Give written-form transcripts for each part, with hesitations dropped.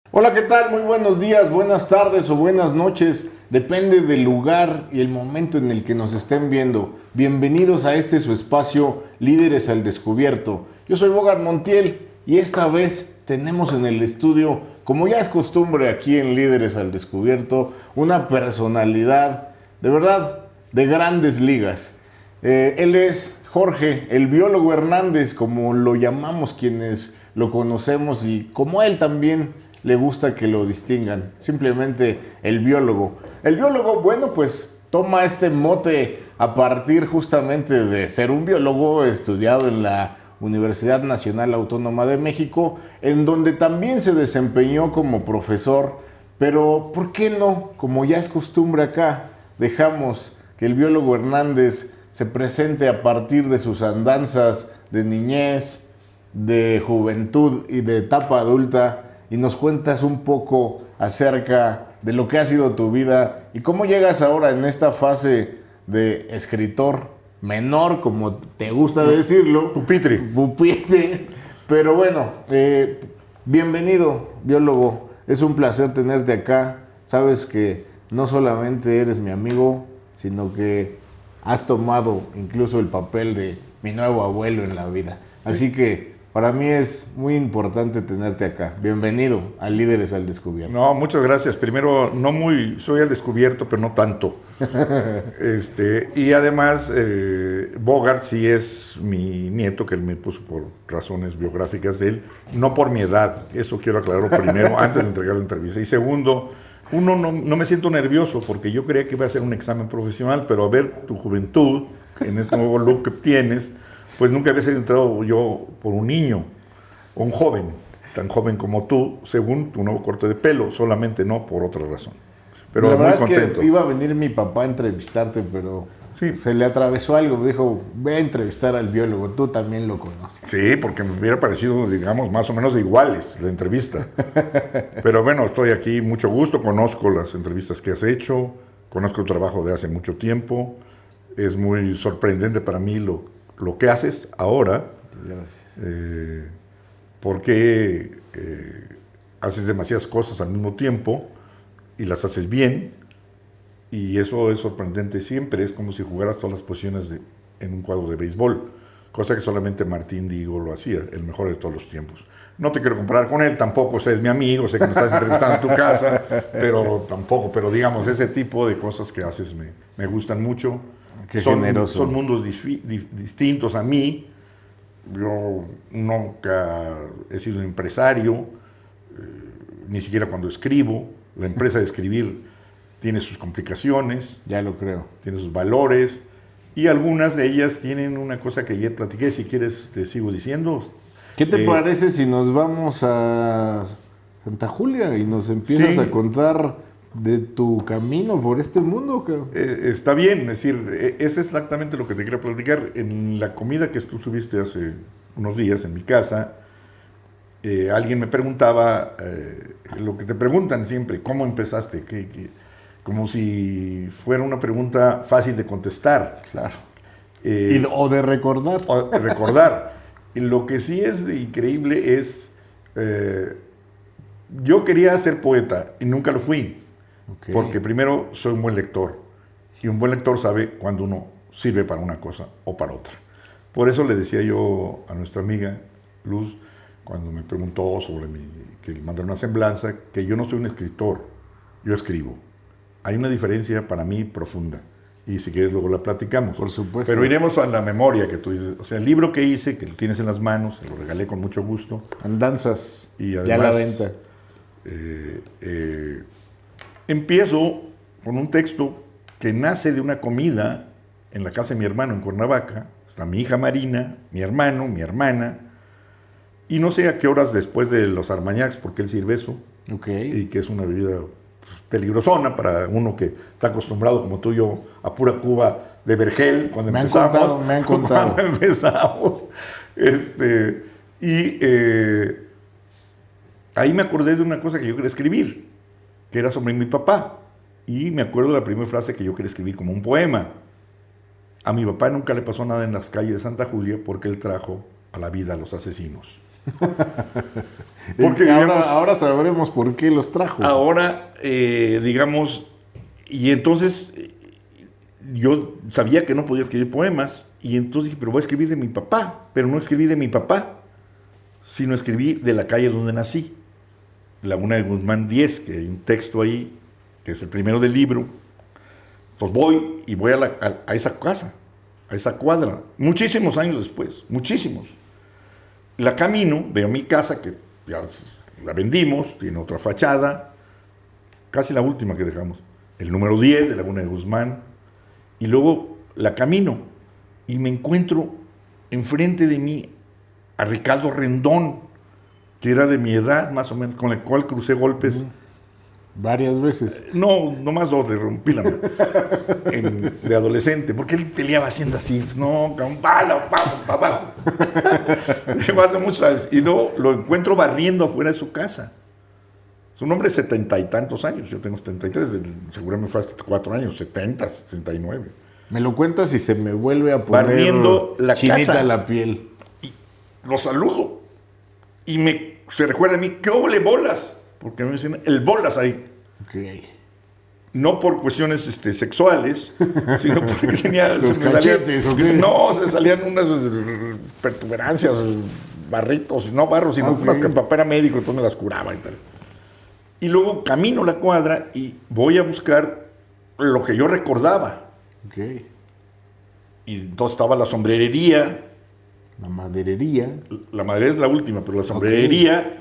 Hola, ¿qué tal? Muy buenos días, buenas tardes o buenas noches. Depende del lugar y el momento en el que nos estén viendo. Bienvenidos a este su espacio Líderes al Descubierto. Yo soy Bogart Montiel y esta vez tenemos en el estudio, como ya es costumbre aquí en Líderes al Descubierto, una personalidad de verdad de grandes ligas. Él es Jorge, el biólogo Hernández, como lo llamamos quienes lo conocemos y como a él también le gusta que lo distingan, simplemente el biólogo. El biólogo, bueno, pues toma este mote a partir justamente de ser un biólogo estudiado en la Universidad Nacional Autónoma de México, en donde también se desempeñó como profesor, pero ¿por qué no? Como ya es costumbre acá, dejamos que el biólogo Hernández se presente a partir de sus andanzas de niñez, de juventud y de etapa adulta, y nos cuentas un poco acerca de lo que ha sido tu vida y cómo llegas ahora en esta fase de escritor menor, como te gusta decirlo. Pupitre. Pupitre. Pero bueno, bienvenido, biólogo. Es un placer tenerte acá. Sabes que no solamente eres mi amigo, sino que has tomado incluso el papel de mi nuevo abuelo en la vida. Así que para mí es muy importante tenerte acá. Bienvenido a Líderes al Descubierto. No, muchas gracias. Primero, soy al descubierto, pero no tanto. Y además, Bogart sí es mi nieto, que él me puso por razones biográficas de él, no por mi edad. Eso quiero aclararlo primero, antes de entregar la entrevista. Y segundo, no me siento nervioso, porque yo creía que iba a ser un examen profesional, pero a ver tu juventud, en este nuevo look que tienes, pues nunca había sido entrado yo por un niño o un joven, tan joven como tú, según tu nuevo corte de pelo, solamente no por otra razón. Pero la muy verdad contento. es que iba a venir mi papá a entrevistarte, pero sí, se le atravesó algo. Me dijo, ve a entrevistar al biólogo, tú también lo conoces. Sí, porque me hubiera parecido, digamos, más o menos iguales la entrevista. Pero bueno, estoy aquí, mucho gusto, conozco las entrevistas que has hecho, conozco tu trabajo de hace mucho tiempo. Es muy sorprendente para mí lo que haces ahora, porque haces demasiadas cosas al mismo tiempo y las haces bien, y eso es sorprendente siempre. Es como si jugaras todas las posiciones en un cuadro de béisbol, cosa que solamente Martín Digo lo hacía, el mejor de todos los tiempos. No te quiero comparar con él, tampoco, o sea, es mi amigo, sé que me estás entrevistando en tu casa, pero digamos, ese tipo de cosas que haces me gustan mucho. Son mundos distintos a mí. Yo nunca he sido un empresario, ni siquiera cuando escribo. La empresa de escribir tiene sus complicaciones. Ya lo creo. Tiene sus valores, y algunas de ellas tienen una cosa que ayer platiqué, si quieres te sigo diciendo. ¿Qué te parece si nos vamos a Santa Julia y nos empiezas a contar de tu camino por este mundo? Está bien, es decir, es exactamente lo que te quería platicar. En la comida que tú subiste hace unos días en mi casa, alguien me preguntaba lo que te preguntan siempre: ¿cómo empezaste? Como si fuera una pregunta fácil de contestar. Claro. O de recordar. O de recordar. Y lo que sí es increíble es, yo quería ser poeta y nunca lo fui. Okay. Porque primero soy un buen lector, y un buen lector sabe cuando uno sirve para una cosa o para otra. Por eso le decía yo a nuestra amiga Luz, cuando me preguntó sobre que le mandara una semblanza, que yo no soy un escritor, yo escribo. Hay una diferencia para mí profunda, y si quieres luego la platicamos. Por supuesto. Pero iremos a la memoria que tú dices. O sea, el libro que hice, que lo tienes en las manos, lo regalé con mucho gusto. Andanzas, y además, ya a la venta. Empiezo con un texto que nace de una comida en la casa de mi hermano en Cuernavaca. Está mi hija Marina, mi hermano, mi hermana, y no sé a qué horas después de los armañacs, porque él sirve eso, y que es una bebida peligrosona para uno que está acostumbrado, como tú y yo, a pura Cuba de vergel cuando empezamos. Me han contado. Cuando empezamos. Ahí me acordé de una cosa que yo quería escribir, que era sobre mi papá. Y me acuerdo de la primera frase que yo quería escribir como un poema. A mi papá nunca le pasó nada en las calles de Santa Julia porque él trajo a la vida a los asesinos. Porque ahora sabremos por qué los trajo. Ahora, digamos, y entonces yo sabía que no podía escribir poemas, y entonces dije, pero voy a escribir de mi papá, pero no escribí de mi papá, sino escribí de la calle donde nací, Laguna de Guzmán 10, que hay un texto ahí, que es el primero del libro. Pues voy a esa casa, a esa cuadra, muchísimos años después, muchísimos. La camino, veo mi casa, que ya la vendimos, tiene otra fachada, casi la última que dejamos, el número 10 de Laguna de Guzmán, y luego la camino, y me encuentro enfrente de mí a Ricardo Rendón, que era de mi edad más o menos, con el cual crucé golpes. Varias veces. No más dos, le rompí la mano. De adolescente, porque él peleaba haciendo así, no, con bala, para abajo. Hace muchos años. Y luego lo encuentro barriendo afuera de su casa. Es un hombre de 70 y tantos años, yo tengo 73, seguramente fue hasta 4 años, 70, 69. Me lo cuentas y se me vuelve a poner barriendo la chinita casa. La piel. Y lo saludo. Y se recuerda a mí, ¿qué oble bolas? Porque me dicen, el bolas ahí. Okay. No por cuestiones sexuales, sino porque tenía... Los cachetes, no, se salían unas pertuberancias, barritos, no barros, sino unas que el papá era médico, entonces me las curaba y tal. Y luego camino la cuadra y voy a buscar lo que yo recordaba. Okay. Y entonces estaba la sombrerería. La maderería. La maderería es la última, pero la sombrerería...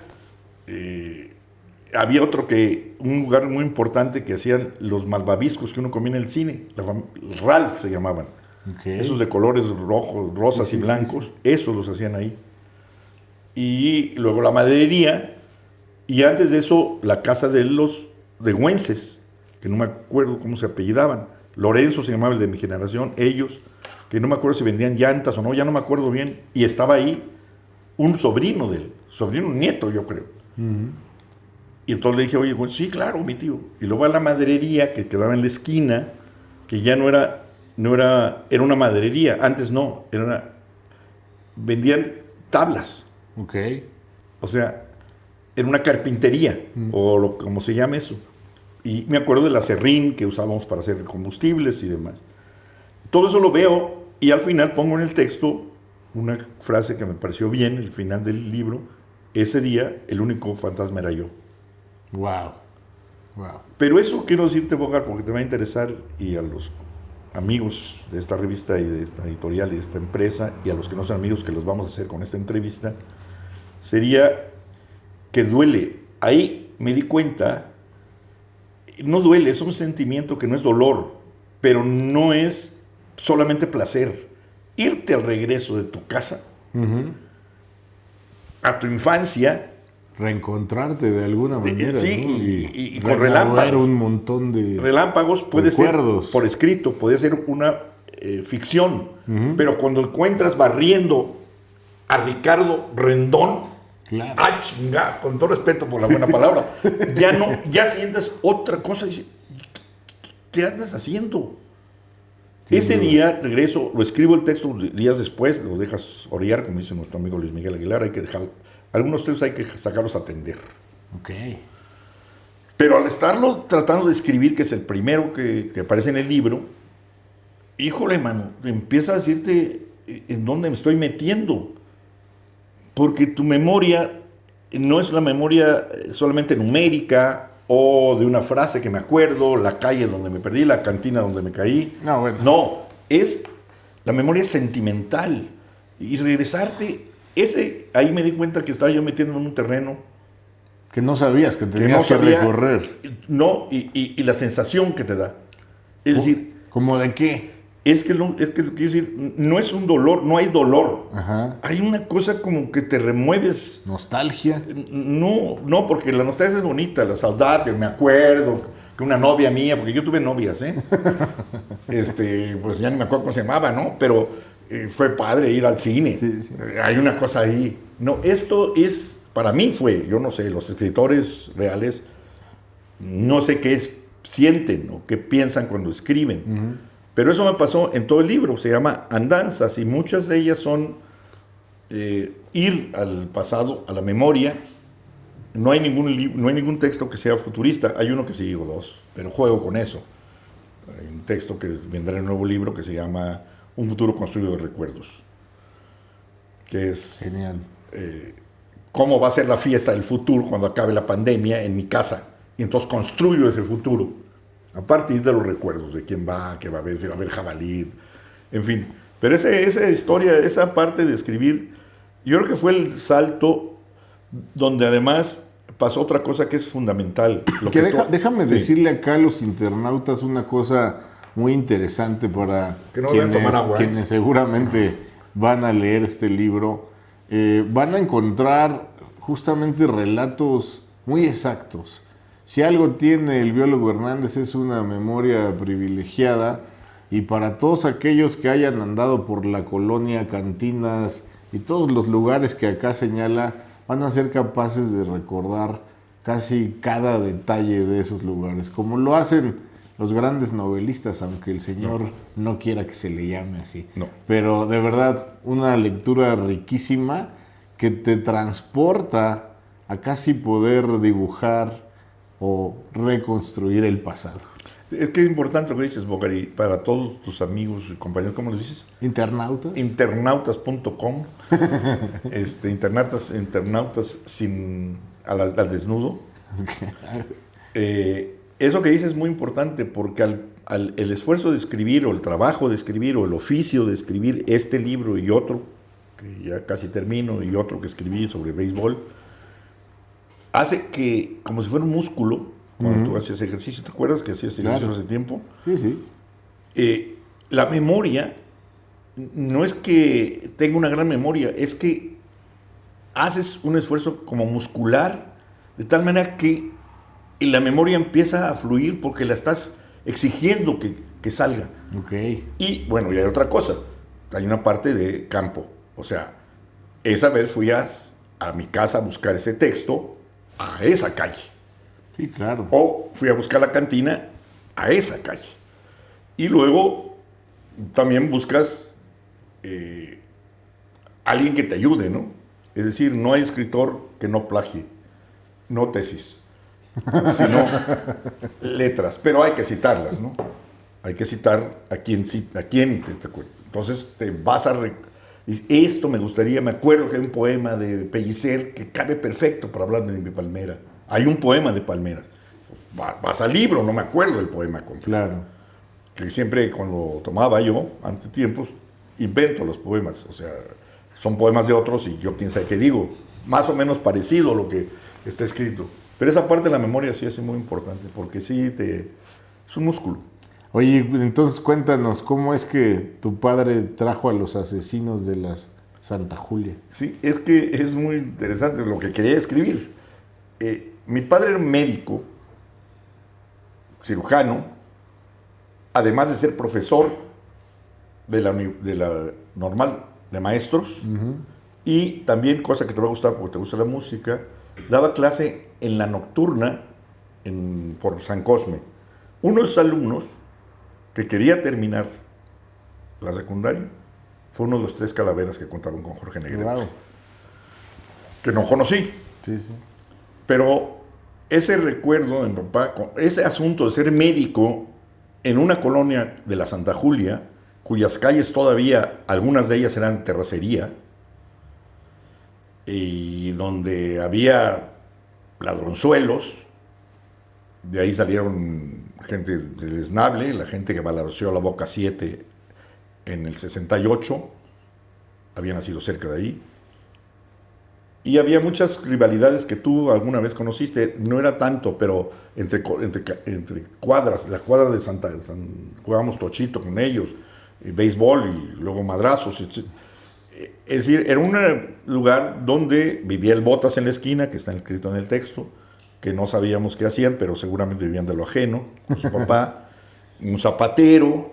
había un lugar muy importante que hacían los malvaviscos que uno comía en el cine, Ralph se llamaban. Okay. Esos de colores rojos, rosas y blancos, esos los hacían ahí. Y luego la maderería, y antes de eso la casa de los de Güences, que no me acuerdo cómo se apellidaban. Lorenzo se llamaba el de mi generación, ellos, que no me acuerdo si vendían llantas o no, ya no me acuerdo bien. Y estaba ahí un sobrino de él, un nieto yo creo. Y entonces le dije, oye, bueno, sí, claro, mi tío. Y luego a la maderería que quedaba en la esquina, que ya era una maderería. Antes no, vendían tablas. Ok. O sea, era una carpintería, como se llama eso. Y me acuerdo del acerrín que usábamos para hacer combustibles y demás. Todo eso lo veo y al final pongo en el texto una frase que me pareció bien, el final del libro. Ese día, el único fantasma era yo. Wow. Pero eso quiero decirte, Bogar, porque te va a interesar, y a los amigos de esta revista y de esta editorial y de esta empresa, y a los que no son amigos que los vamos a hacer con esta entrevista, sería que duele. Ahí me di cuenta, no duele, es un sentimiento que no es dolor, pero no es solamente placer. Irte al regreso de tu casa, a tu infancia, reencontrarte de alguna manera. Sí, ¿no? y con relámpagos. Un montón de relámpagos puede recuerdos. Ser por escrito, puede ser una ficción, pero cuando encuentras barriendo a Ricardo Rendón, claro. Chinga, con todo respeto por la buena palabra, ya sientes otra cosa y dices, ¿qué andas haciendo? Sí, ese día regreso, lo escribo el texto días después, lo dejas orear, como dice nuestro amigo Luis Miguel Aguilar, hay que dejar. Algunos textos hay que sacarlos a atender. Ok. Pero al estarlo tratando de escribir, que es el primero que aparece en el libro, híjole, mano, empieza a decirte en dónde me estoy metiendo. Porque tu memoria no es la memoria solamente numérica o de una frase que me acuerdo, la calle donde me perdí, la cantina donde me caí. No, bueno. No, es la memoria sentimental. Y regresarte... ahí me di cuenta que estaba yo metiendo en un terreno que no sabías que tenías que recorrer. No, y la sensación que te da. Es decir... ¿Cómo de qué? Es que quiero decir, no es un dolor, no hay dolor. Ajá. Hay una cosa como que te remueves. ¿Nostalgia? No, porque la nostalgia es bonita, la saudade, me acuerdo que una novia mía, porque yo tuve novias, pues ya ni me acuerdo cómo se llamaba, ¿no? Pero... fue padre ir al cine. Sí. Hay una cosa ahí. No, esto es, para mí fue, yo no sé, los escritores reales, no sé qué sienten o qué piensan cuando escriben. Pero eso me pasó en todo el libro, se llama Andanzas, y muchas de ellas son ir al pasado, a la memoria. No hay ningún texto que sea futurista. Hay uno que sí, o dos, pero juego con eso. Hay un texto que vendrá en un nuevo libro que se llama Un futuro construido de recuerdos, que es Genial. Cómo va a ser la fiesta del futuro cuando acabe la pandemia en mi casa. Y entonces construyo ese futuro a partir de los recuerdos de quién va, qué va a haber, si va a haber jabalí, en fin. Pero esa historia, esa parte de escribir, yo creo que fue el salto donde además pasó otra cosa que es fundamental. Déjame decirle acá a los internautas una cosa muy interesante para que no deben tomar agua, quienes seguramente van a leer este libro. Van a encontrar justamente relatos muy exactos. Si algo tiene el biólogo Hernández es una memoria privilegiada, y para todos aquellos que hayan andado por la colonia Cantinas y todos los lugares que acá señala, van a ser capaces de recordar casi cada detalle de esos lugares, como lo hacen los grandes novelistas, aunque el señor no quiera que se le llame así. No. Pero de verdad, una lectura riquísima que te transporta a casi poder dibujar o reconstruir el pasado. Es que es importante lo que dices, Bogari, para todos tus amigos y compañeros, ¿cómo les dices? ¿Internautas? Internautas.com. Internautas sin al desnudo. Eso que dices es muy importante porque el esfuerzo de escribir, o el trabajo de escribir, o el oficio de escribir este libro y otro, que ya casi termino, y otro que escribí sobre béisbol, hace que, como si fuera un músculo, cuando tú hacías ejercicio, ¿te acuerdas que hacías ejercicio hace tiempo? Sí, sí. La memoria no es que tenga una gran memoria, es que haces un esfuerzo como muscular, de tal manera que la memoria empieza a fluir porque la estás exigiendo que salga. Okay. Y bueno, y hay otra cosa, hay una parte de campo. O sea, esa vez fui a mi casa a buscar ese texto a esa calle. Sí, claro. O fui a buscar la cantina a esa calle. Y luego también buscas alguien que te ayude, ¿no? Es decir, no hay escritor que no plagie, no tesis, sino letras. Pero hay que citarlas, ¿no? Hay que citar a quien te acuerdas. Entonces te vas a... Dices, esto me gustaría, me acuerdo que hay un poema de Pellicer que cabe perfecto para hablar de mi palmera. Hay un poema de palmeras. Vas al libro, no me acuerdo del poema completo. Claro. Que siempre cuando tomaba yo, ante tiempos, invento los poemas. O sea, son poemas de otros y yo quién sabe qué digo. Más o menos parecido a lo que está escrito. Pero esa parte de la memoria sí es muy importante, porque sí es un músculo. Oye, entonces cuéntanos, ¿cómo es que tu padre trajo a los asesinos de la Santa Julia? Sí, es que es muy interesante lo que quería escribir. Mi padre era médico, cirujano, además de ser profesor de la normal de maestros, y también, cosa que te va a gustar porque te gusta la música, daba clase en la nocturna por San Cosme. Uno de sus alumnos que quería terminar la secundaria fue uno de los 3 calaveras que contaron con Jorge Negrete, Wow. que no conocí. Sí, sí. Pero ese recuerdo de mi papá, ese asunto de ser médico en una colonia de la Santa Julia, cuyas calles todavía, algunas de ellas eran terracería, y donde había ladronzuelos, de ahí salieron gente del Esnable, la gente que balanceó la Boca 7 en el 68, había nacido cerca de ahí. Y había muchas rivalidades que tú alguna vez conociste, no era tanto, pero entre cuadras, la cuadra de jugábamos tochito con ellos, y béisbol y luego madrazos. Es decir, era un lugar donde vivía el Botas en la esquina, que está escrito en el texto, que no sabíamos qué hacían, pero seguramente vivían de lo ajeno, con su papá, un zapatero,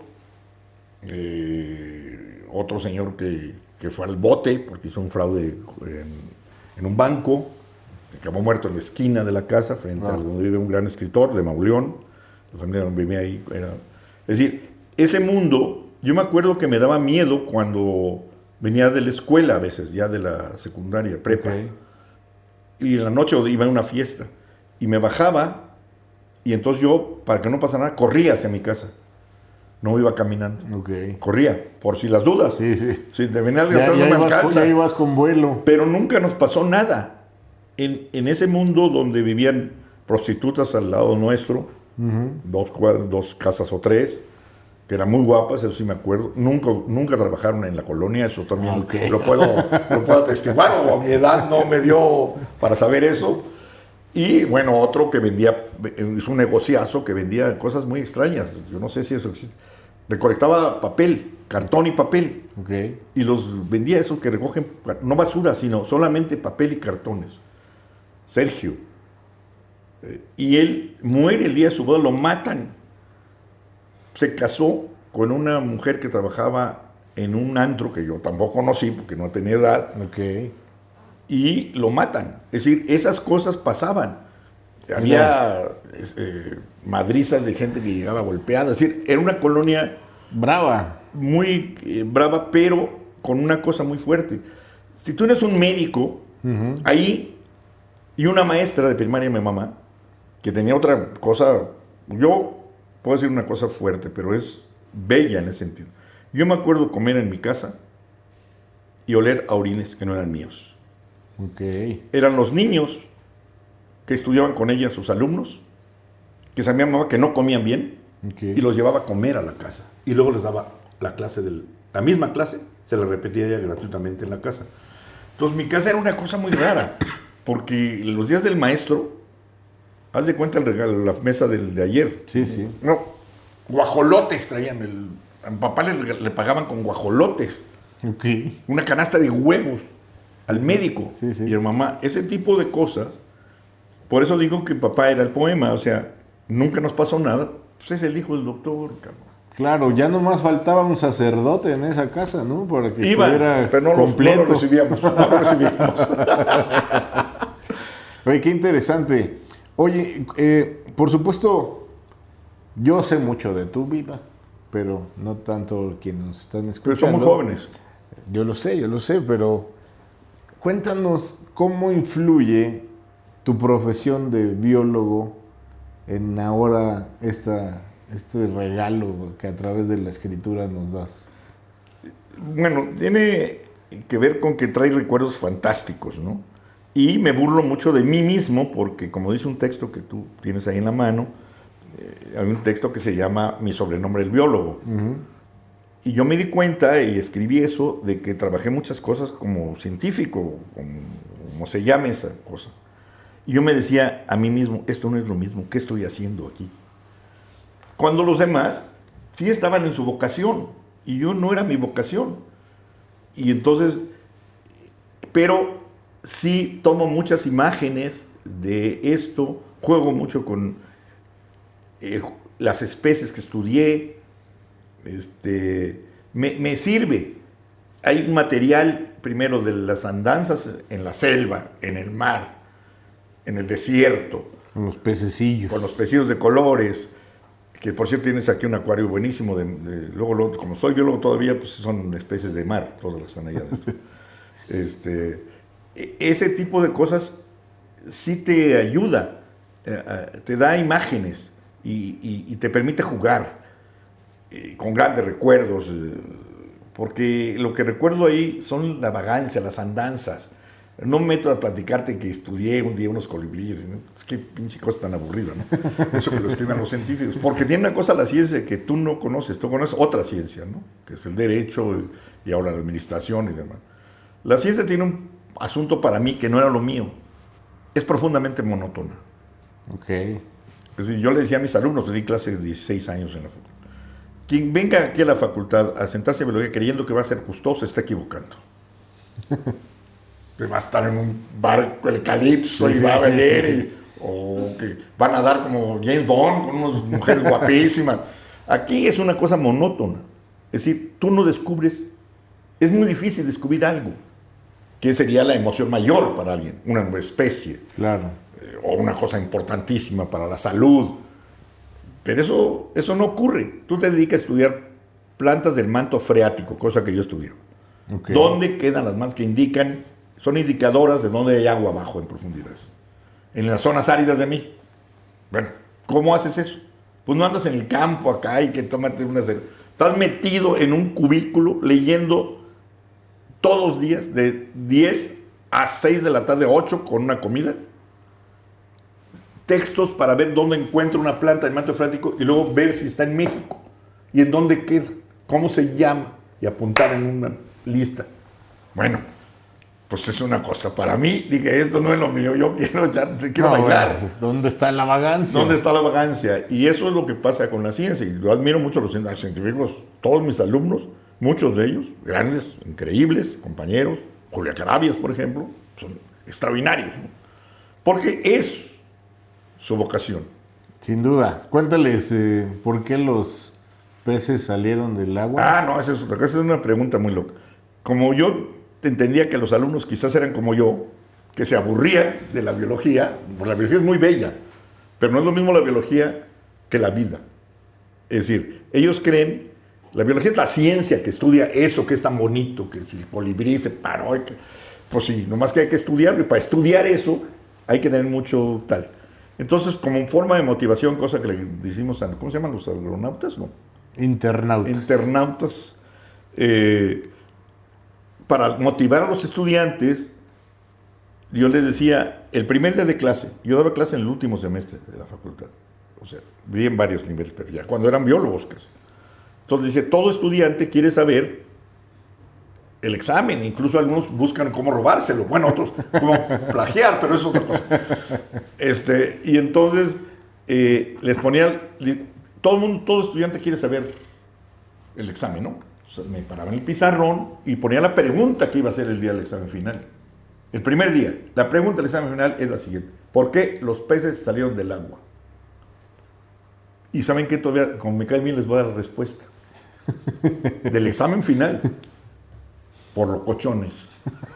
otro señor que fue al bote porque hizo un fraude en un banco, que acabó muerto en la esquina de la casa, frente a donde vive un gran escritor de Mauleón, la familia donde vivía ahí. Es decir, ese mundo, yo me acuerdo que me daba miedo cuando Venía de la escuela a veces, ya de la secundaria, prepa. Ok. Y en la noche iba a una fiesta. Y me bajaba, y entonces yo, para que no pasara nada, corría hacia mi casa. No iba caminando. Ok. Corría, por si las dudas. Sí, sí. Si te venía alguien Ya, atrás, ya no me ibas alcanza. ya ibas con vuelo. Pero nunca nos pasó nada. En ese mundo donde vivían prostitutas al lado nuestro, dos casas o tres, que eran muy guapas, eso sí me acuerdo. Nunca trabajaron en la colonia, eso también Ok. lo puedo atestiguar, o mi edad no me dio para saber eso. Y bueno, otro que vendía, es un negociazo que vendía cosas muy extrañas, yo no sé si eso existe. Recolectaba papel, cartón y papel, Ok. y los vendía eso que recogen, no basura, sino solamente papel y cartones. Sergio. Y él muere el día de su boda, lo matan. Se casó con una mujer que trabajaba en un antro que yo tampoco conocí porque no tenía edad, Ok. y lo matan. Es decir, esas cosas pasaban. Había madrizas de gente que llegaba golpeada. Es decir, era una colonia Brava. muy brava, pero con una cosa muy fuerte. Si tú eres un médico, ahí, y una maestra de primaria, mi mamá, que tenía otra cosa, yo puedo decir una cosa fuerte, pero es bella en ese sentido. Yo me acuerdo comer en mi casa y oler a orines que no eran míos. Ok. Eran los niños que estudiaban con ella, sus alumnos, que sabía mi mamá que no comían bien, Ok. y los llevaba a comer a la casa. Y luego les daba la misma clase, se la repetía ella gratuitamente en la casa. Entonces mi casa era una cosa muy rara, porque los días del maestro, haz de cuenta el regalo, la mesa de ayer. Sí, sí. No, guajolotes traían. A mi papá le pagaban con guajolotes, Ok. una canasta de huevos al médico. Sí, sí. Y a mamá, ese tipo de cosas. Por eso digo que papá era el poema, o sea, nunca nos pasó nada. Pues es el hijo del doctor, cabrón. Claro, ya nomás faltaba un sacerdote en esa casa, ¿no? Para que Iba, estuviera pero no completo. lo recibíamos. No lo recibíamos. Oye, qué interesante. Oye, por supuesto, yo sé mucho de tu vida, pero no tanto quienes nos están escuchando. Pero somos jóvenes. Yo lo sé, pero cuéntanos cómo influye tu profesión de biólogo en ahora este regalo que a través de la escritura nos das. Bueno, tiene que ver con que trae recuerdos fantásticos, ¿no? Y me burlo mucho de mí mismo porque, como dice un texto que tú tienes ahí en la mano, hay un texto que se llama Mi sobrenombre el biólogo. Y yo me di cuenta y escribí eso de que trabajé muchas cosas como científico, como se llame esa cosa. Y yo me decía a mí mismo, esto no es lo mismo, ¿qué estoy haciendo aquí? Cuando los demás sí estaban en su vocación y yo no era mi vocación. Y entonces, pero sí tomo muchas imágenes de esto, juego mucho con las especies que estudié, me sirve. Hay un material primero de las andanzas en la selva, en el mar, en el desierto, Con los pececillos. con los pecillos de colores, que por cierto tienes aquí un acuario buenísimo, luego, como soy biólogo todavía, pues son especies de mar, todas las que están allá adentro. Ese tipo de cosas sí te ayuda, te da imágenes y te permite jugar con grandes recuerdos, porque lo que recuerdo ahí son la vagancia, las andanzas. No me meto a platicarte que estudié un día unos colibríes, ¿no? Es que pinche cosa tan aburrida, ¿no? Eso que lo escriben los científicos. Porque tiene una cosa la ciencia que tú no conoces, tú conoces otra ciencia, ¿no? Que es el derecho y ahora la administración y demás. La ciencia tiene un asunto para mí que no era lo mío. Es profundamente monótona. Ok. Es decir, yo le decía a mis alumnos, le di clase de 16 años en la facultad, quien venga aquí a la facultad a sentarse en biología creyendo que va a ser justo, se está equivocando. Que va a estar en un barco, el Calipso, y va a venir, o que van a dar como James Bond con unas mujeres guapísimas. Aquí es una cosa monótona. Es decir, tú no descubres, es muy difícil descubrir algo, que sería la emoción mayor para alguien, una especie. Claro. O una cosa importantísima para la salud. Pero eso no ocurre. Tú te dedicas a estudiar plantas del manto freático, cosa que yo estudié. Ok. ¿Dónde quedan las manos que indican, son indicadoras de dónde hay agua abajo en profundidades? En las zonas áridas de México. Bueno, ¿cómo haces eso? Pues no andas en el campo acá y que tómate una cerveza. Estás metido en un cubículo leyendo todos los días de 10 a 6 de la tarde, 8 con una comida, textos para ver dónde encuentro una planta de manto freático y luego ver si está en México y en dónde queda, cómo se llama y apuntar en una lista. Bueno, pues es una cosa. Para mí, dije, esto no es lo mío, yo quiero bailar. Bueno, ¿dónde está la vagancia? ¿Dónde está la vagancia? Y eso es lo que pasa con la ciencia. Y yo admiro mucho a los científicos, todos mis alumnos, muchos de ellos, grandes, increíbles, compañeros. Julia Carabias, por ejemplo, son extraordinarios, ¿no? Porque es su vocación. Sin duda. Cuéntales por qué los peces salieron del agua. Ah, no, esa es una pregunta muy loca. Como yo entendía que los alumnos quizás eran como yo, que se aburrían de la biología, pues la biología es muy bella, pero no es lo mismo la biología que la vida. Es decir, ellos creen, la biología es la ciencia que estudia eso que es tan bonito, que si el colibrí se paró, pues sí, nomás que hay que estudiarlo, y para estudiar eso hay que tener mucho tal. Entonces, como forma de motivación, cosa que le decimos a, ¿cómo se llaman los astronautas? No. Internautas. Internautas, para motivar a los estudiantes, yo les decía, el primer día de clase, yo daba clase en el último semestre de la facultad, o sea, vi en varios niveles, pero ya cuando eran biólogos casi. Entonces dice, todo estudiante quiere saber el examen, incluso algunos buscan cómo robárselo, bueno, otros cómo plagiar, pero eso es otra cosa. Y entonces les ponía, todo estudiante quiere saber el examen, ¿no? O sea, me paraba en el pizarrón y ponía la pregunta que iba a ser el día del examen final. El primer día, la pregunta del examen final es la siguiente: ¿por qué los peces salieron del agua? Y saben que todavía, como me cae bien, les voy a dar la respuesta. Del examen final. Por los cochones.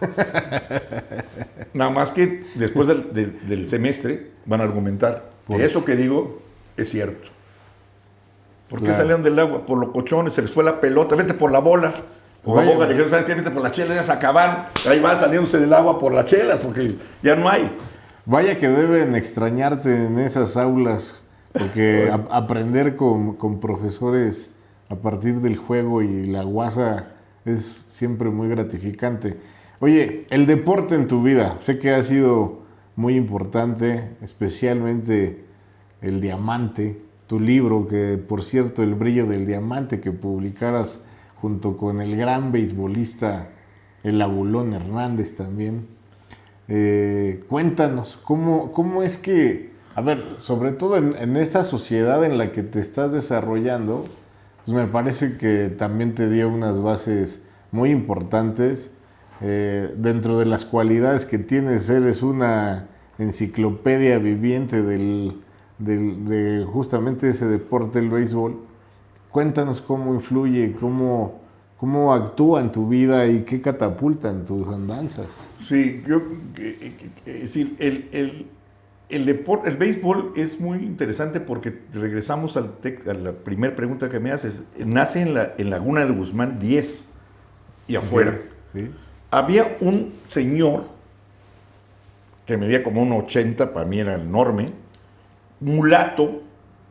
Nada más que después del semestre van a argumentar que eso que digo es cierto. ¿Por qué salieron del agua? Por los cochones, se les fue la pelota, vete por la bola. O a Boga le dijeron, ¿sabes qué? Vete por las chelas, ya se acaban. Ahí van saliéndose del agua por las chelas, porque ya no hay. Vaya que deben extrañarte en esas aulas, porque aprender con profesores a partir del juego y la guasa es siempre muy gratificante. Oye, el deporte en tu vida, sé que ha sido muy importante, especialmente el diamante, tu libro, que por cierto, El brillo del diamante, que publicaras junto con el gran beisbolista, el Abulón Hernández también. Cuéntanos, ¿cómo es que, a ver, sobre todo en esa sociedad en la que te estás desarrollando, pues me parece que también te dio unas bases muy importantes. Dentro de las cualidades que tienes, eres una enciclopedia viviente de justamente ese deporte, el béisbol. Cuéntanos cómo influye, cómo actúa en tu vida y qué catapulta en tus andanzas. Sí, es decir, el deporte, el béisbol es muy interesante porque regresamos a la primera pregunta que me haces. Nace en Laguna de Guzmán 10 y afuera. Sí. Había un señor que medía como 1,80, para mí era enorme, mulato,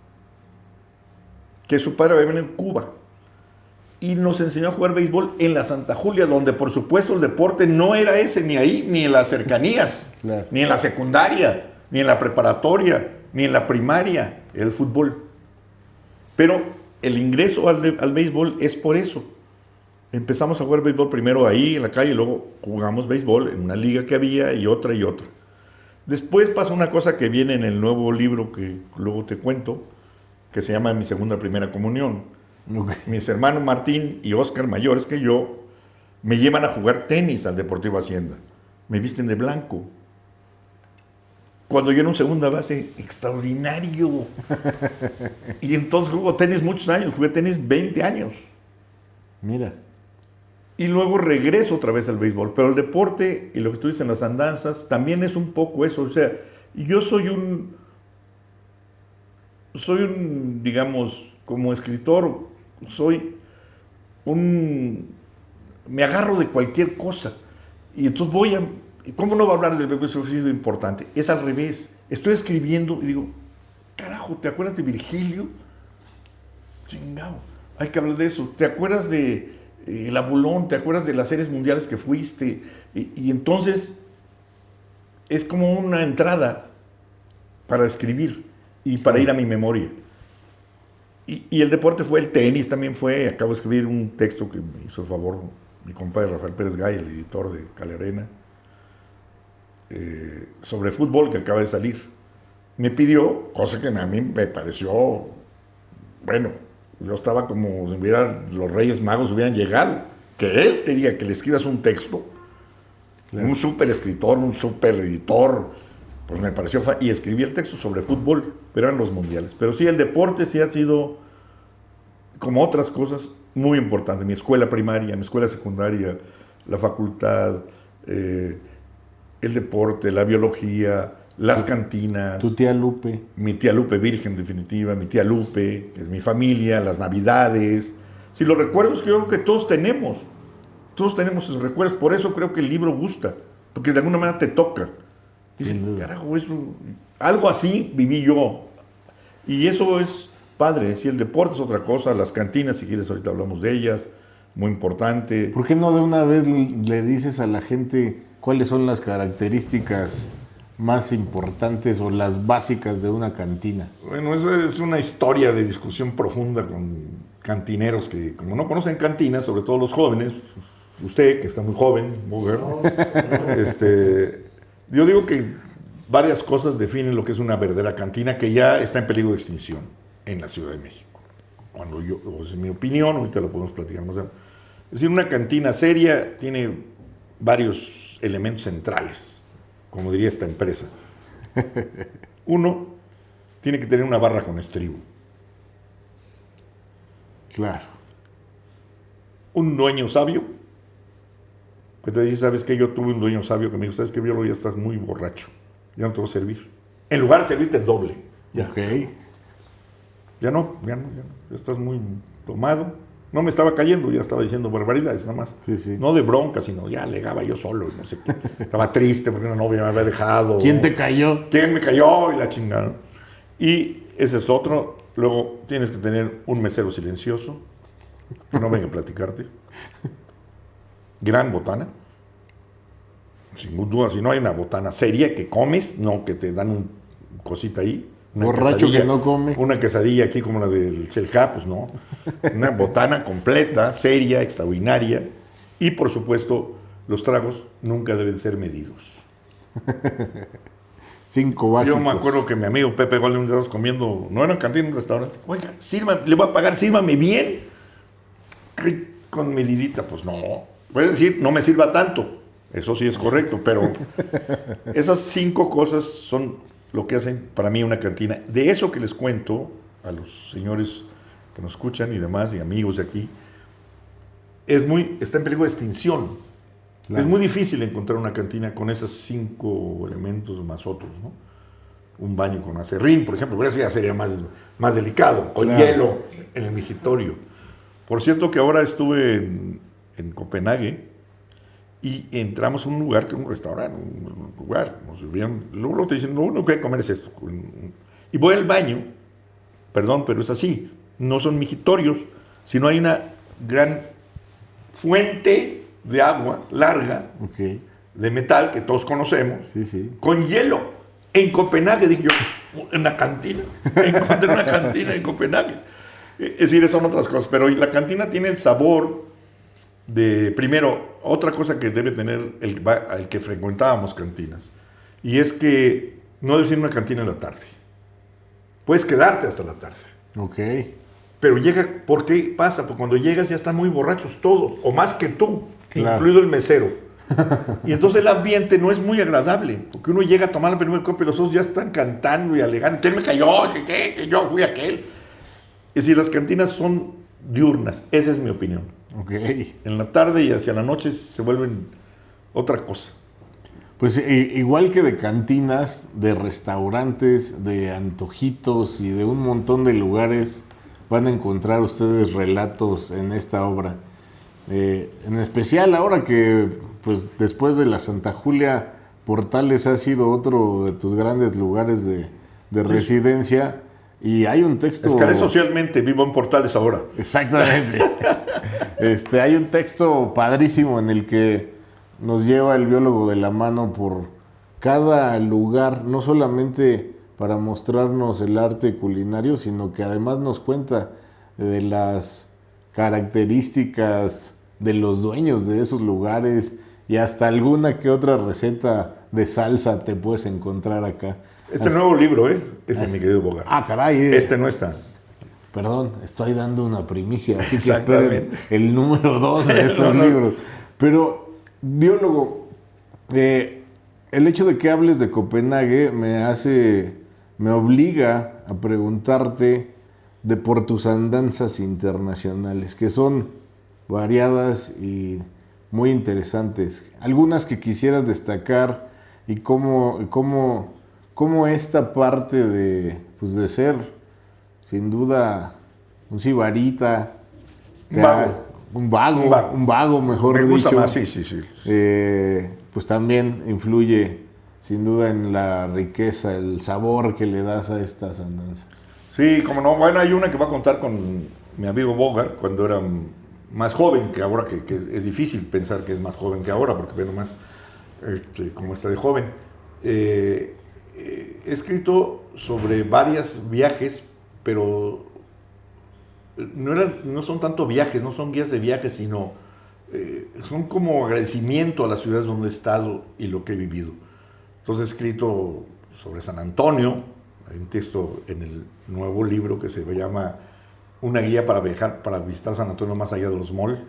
que su padre había venido en Cuba. Y nos enseñó a jugar béisbol en la Santa Julia, donde por supuesto el deporte no era ese, ni ahí, ni en las cercanías, Claro. ni en la secundaria, ni en la preparatoria, ni en la primaria, era el fútbol. Pero el ingreso al béisbol es por eso. Empezamos a jugar béisbol primero ahí en la calle, y luego jugamos béisbol en una liga que había y otra y otra. Después pasa una cosa que viene en el nuevo libro que luego te cuento, que se llama Mi Segunda Primera Comunión. Okay. Mis hermanos Martín y Óscar, mayores que yo, me llevan a jugar tenis al Deportivo Hacienda. Me visten de blanco. Cuando yo era un segunda base extraordinario. Y entonces juego tenis muchos años, jugué tenis 20 años. Mira. Y luego regreso otra vez al béisbol. Pero el deporte y lo que tú dices en las andanzas también es un poco eso. O sea, yo soy un, digamos, como escritor, soy un me agarro de cualquier cosa. Y entonces ¿cómo no va a hablar del bebé sufrido importante? Es al revés. Estoy escribiendo y digo, carajo, ¿te acuerdas de Virgilio? Chingado, hay que hablar de eso. ¿Te acuerdas de el Abulón? ¿Te acuerdas de las series mundiales que fuiste? Y entonces es como una entrada para escribir y para ir a mi memoria. Y el deporte fue el tenis, también fue. Acabo de escribir un texto que me hizo el favor mi compadre Rafael Pérez Gay, el editor de Calerena, sobre fútbol que acaba de salir. Me pidió, cosa que a mí me pareció, bueno, yo estaba como si los Reyes Magos hubieran llegado, que él te diga que le escribas un texto, claro. Un súper escritor, un súper editor, pues me pareció, y escribí el texto sobre fútbol, pero eran los mundiales. Pero sí, el deporte sí ha sido, como otras cosas, muy importante. Mi escuela primaria, mi escuela secundaria, la facultad, el deporte, la biología, las cantinas. Tu tía Lupe. Mi tía Lupe virgen, definitiva. Mi tía Lupe, que es mi familia, las navidades. Si los recuerdos que yo creo que todos tenemos esos recuerdos. Por eso creo que el libro gusta, porque de alguna manera te toca. Dices, carajo, algo así viví yo. Y eso es padre. Si el deporte es otra cosa, las cantinas, si quieres, ahorita hablamos de ellas, muy importante. ¿Por qué no de una vez le dices a la gente cuáles son las características más importantes o las básicas de una cantina? Bueno, esa es una historia de discusión profunda con cantineros que, como no conocen cantinas, sobre todo los jóvenes, usted que está muy joven, mujer, yo digo que varias cosas definen lo que es una verdadera cantina que ya está en peligro de extinción en la Ciudad de México. Es mi opinión, ahorita lo podemos platicar más. Es decir, una cantina seria tiene varios elementos centrales, como diría esta empresa. Uno, tiene que tener una barra con estribo. Claro. Un dueño sabio, que te dice, ¿sabes qué? Yo tuve un dueño sabio que me dijo, ¿sabes qué, Violo? Ya estás muy borracho, ya no te voy a servir. En lugar de servirte el doble. Ya. Ok. Ya no, ya estás muy tomado. No me estaba cayendo, ya estaba diciendo barbaridades nada más. Sí. No de bronca, sino ya alegaba yo solo, no sé qué. Estaba triste porque una novia me había dejado. ¿Quién te cayó? ¿Quién me cayó? Y la chingada. Y ese es otro. Luego tienes que tener un mesero silencioso, que no venga a platicarte. Gran botana. Sin duda, si no hay una botana seria que comes, no que te dan un cosita ahí. Borracho que no come. Una quesadilla aquí como la del Chelja, pues no. Una botana completa, seria, extraordinaria. Y por supuesto, los tragos nunca deben ser medidos. 5 básicos. Yo me acuerdo que mi amigo Pepe Gol un día estábamos comiendo, no era en cantina, en un restaurante. Oiga, le voy a pagar, sírvame bien. Con medidita, pues no. Puedes decir, no me sirva tanto. Eso sí es correcto, pero esas 5 cosas son lo que hacen para mí una cantina. De eso que les cuento a los señores que nos escuchan y demás, y amigos de aquí, está en peligro de extinción. Claro. Es muy difícil encontrar una cantina con esos 5 elementos más otros, ¿no? Un baño con acerrín, por ejemplo, pero eso ya sería más delicado. O claro. Hielo en el migitorio. Por cierto que ahora estuve en Copenhague y entramos a un lugar, que es un restaurante, un lugar, nos servían, luego te dicen, no, que comer es esto. Y voy al baño, perdón, pero es así, no son migitorios, sino hay una gran fuente de agua larga, okay, de metal, que todos conocemos, sí. Con hielo. En Copenhague, dije yo, en la cantina, encontré una cantina en Copenhague. Es decir, son otras cosas, pero la cantina tiene el sabor de, primero, otra cosa que debe tener el que frecuentábamos cantinas, y es que no debe ser una cantina en la tarde. Puedes quedarte hasta la tarde. Ok. Pero ¿por qué pasa? Porque cuando llegas ya están muy borrachos todos, o más que tú, claro, incluido el mesero. Y entonces el ambiente no es muy agradable, porque uno llega a tomar la primera copa y los otros ya están cantando y alegando. ¿Quién me cayó? Que yo fui aquel. Es decir, las cantinas son diurnas, esa es mi opinión. Okay. En la tarde y hacia la noche se vuelven otra cosa. Pues igual que de cantinas, de restaurantes, de antojitos y de un montón de lugares, van a encontrar ustedes relatos en esta obra. En especial ahora que, pues, después de la Santa Julia, Portales ha sido otro de tus grandes lugares de residencia. Y hay un texto... Escalé socialmente, vivo en Portales ahora. Exactamente. Hay un texto padrísimo en el que nos lleva el biólogo de la mano por cada lugar, no solamente para mostrarnos el arte culinario, sino que además nos cuenta de las características de los dueños de esos lugares y hasta alguna que otra receta de salsa te puedes encontrar acá. Nuevo libro, ese mi querido Bogart. Ah, caray. Este no está. Perdón, estoy dando una primicia, así que esperen el número 2 de estos libros. Pero, biólogo, el hecho de que hables de Copenhague me obliga a preguntarte por tus andanzas internacionales, que son variadas y muy interesantes. Algunas que quisieras destacar y cómo esta parte de ser, sin duda, un sibarita, un vago, mejor dicho. Me gusta más, sí. Pues también influye, sin duda, en la riqueza, el sabor que le das a estas andanzas. Sí, como no. Bueno, hay una que voy a contar con mi amigo Bogart cuando era más joven que ahora, que es difícil pensar que es más joven que ahora, porque ve nomás cómo está de joven. He escrito sobre varios viajes, pero no son tanto viajes, no son guías de viajes, sino son como agradecimiento a las ciudades donde he estado y lo que he vivido. Entonces he escrito sobre San Antonio, hay un texto en el nuevo libro que se llama Una guía para viajar, para visitar San Antonio más allá de los malls.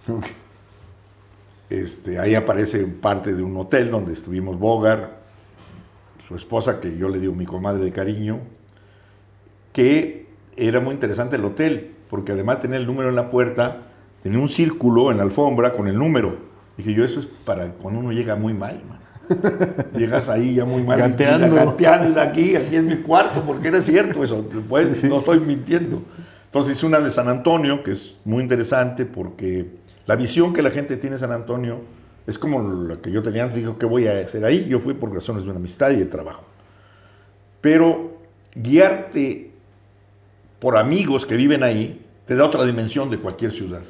Okay. Ahí aparece parte de un hotel donde estuvimos Bogart, su esposa, que yo le digo mi comadre de cariño, que era muy interesante el hotel, porque además tenía el número en la puerta, tenía un círculo en la alfombra con el número. Dije yo, eso es para cuando uno llega muy mal, man. Llegas ahí ya muy mal, gateando aquí es mi cuarto, porque era cierto eso, pues, sí. No estoy mintiendo. Entonces hice una de San Antonio, que es muy interesante, porque la visión que la gente tiene de San Antonio es como la que yo tenía antes. Digo, ¿qué voy a hacer ahí? Yo fui por razones de una amistad y de trabajo. Pero guiarte por amigos que viven ahí te da otra dimensión de cualquier ciudad.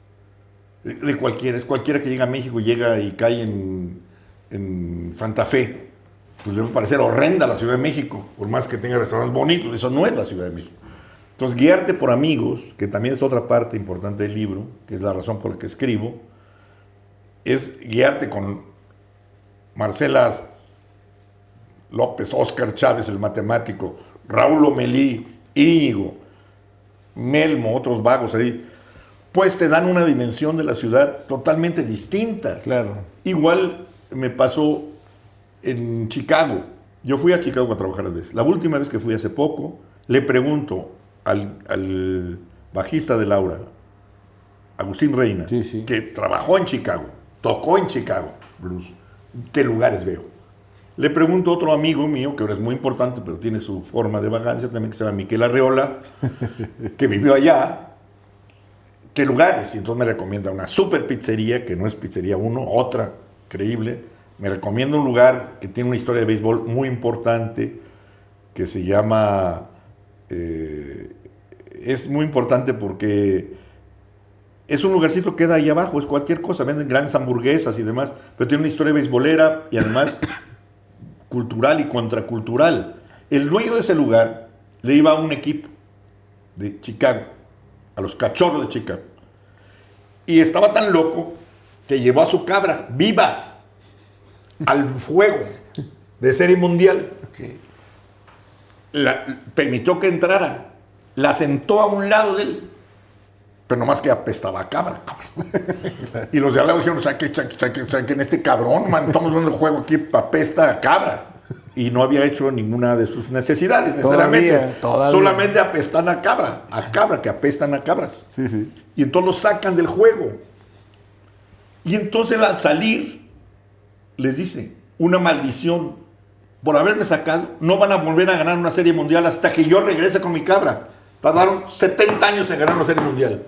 Es cualquiera que llega a México, llega y cae en Santa Fe. Pues le va a parecer horrenda la Ciudad de México, por más que tenga restaurantes bonitos. Eso no es la Ciudad de México. Entonces, guiarte por amigos, que también es otra parte importante del libro, que es la razón por la que escribo, es guiarte con Marcela López, Óscar Chávez, el matemático, Raúl Omelí, Íñigo, Melmo, otros vagos ahí, pues te dan una dimensión de la ciudad totalmente distinta. Claro. Igual me pasó en Chicago. Yo fui a Chicago a trabajar a veces. La última vez que fui hace poco, le pregunto al bajista de Laura, Agustín Reina, sí. Que trabajó en Chicago, tocó en Chicago blues, ¿qué lugares veo? Le pregunto a otro amigo mío, que ahora es muy importante, pero tiene su forma de vagancia también, que se llama Miquel Arreola, que vivió allá, ¿qué lugares? Y entonces me recomienda una super pizzería, que no es Pizzería 1, otra increíble. Me recomienda un lugar que tiene una historia de béisbol muy importante, que se llama... es muy importante porque es un lugarcito que queda ahí abajo, es cualquier cosa, venden grandes hamburguesas y demás, pero tiene una historia beisbolera y además cultural y contracultural. El dueño de ese lugar le iba a un equipo de Chicago, a los Cachorros de Chicago, y estaba tan loco que llevó a su cabra viva al fuego de Serie Mundial. Okay. Permitió que entrara, la sentó a un lado de él, pero nomás que apestaba a cabra. Y los de al lado dijeron, saquen este cabrón, man, estamos viendo el juego aquí, apesta a cabra. Y no había hecho ninguna de sus necesidades, necesariamente. Todavía. Solamente apestan a cabra, que apestan a cabras. Sí, sí. Y entonces los sacan del juego. Y entonces al salir, les dice, una maldición, por haberme sacado, no van a volver a ganar una serie mundial hasta que yo regrese con mi cabra. Tardaron 70 años en ganar una serie mundial.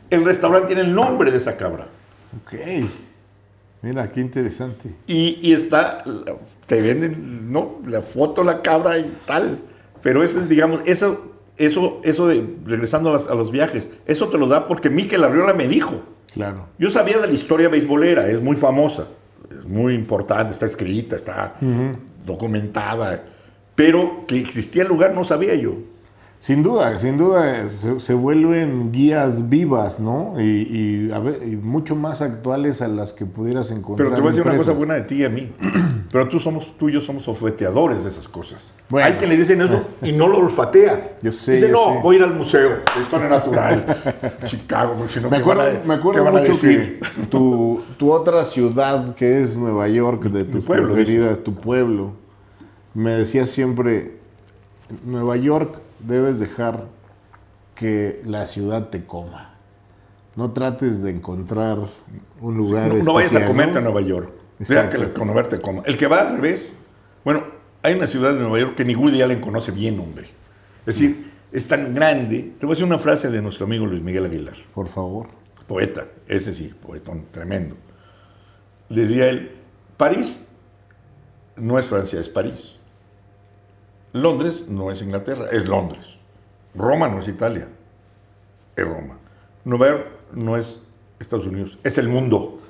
El restaurante tiene el nombre de esa cabra. Ok. Mira, qué interesante. Y está, te venden, ¿no? La foto de la cabra y tal. Pero eso es, digamos, eso de, regresando a los viajes, eso te lo da porque Mikel Arriola me dijo. Claro. Yo sabía de la historia beisbolera, es muy famosa, es muy importante, está escrita, está documentada, pero que existía el lugar no sabía yo. Sin duda, se vuelven guías vivas, ¿no? Y mucho más actuales a las que pudieras encontrar. Pero te voy a decir una cosa impresas. buena de ti y a mí. Pero tú y yo somos ofeteadores de esas cosas. Bueno. Hay quien le dicen eso y no lo olfatea. Yo sé, Dice, yo no, sé. voy a ir al museo de historia natural, Chicago, porque si no, Me ¿qué van acuerdo a mucho decir? que tu otra ciudad, que es Nueva York, de tus pueblo, preferidas, tu pueblo, me decías siempre, Nueva York debes dejar que la ciudad te coma. No trates de encontrar un lugar No vayas a especial, comerte ¿no? a Nueva York. Exacto. Deja que Nueva York te coma. El que va al revés, bueno, hay una ciudad de Nueva York que ni Woody Allen conoce bien, hombre. Es decir, es tan grande. Te voy a decir una frase de nuestro amigo Luis Miguel Aguilar. Por favor. Poeta, ese sí, poetón tremendo. Le decía él, París no es Francia, es París. Londres no es Inglaterra, es Londres. Roma no es Italia, es Roma. Nueva York no es Estados Unidos, es el mundo.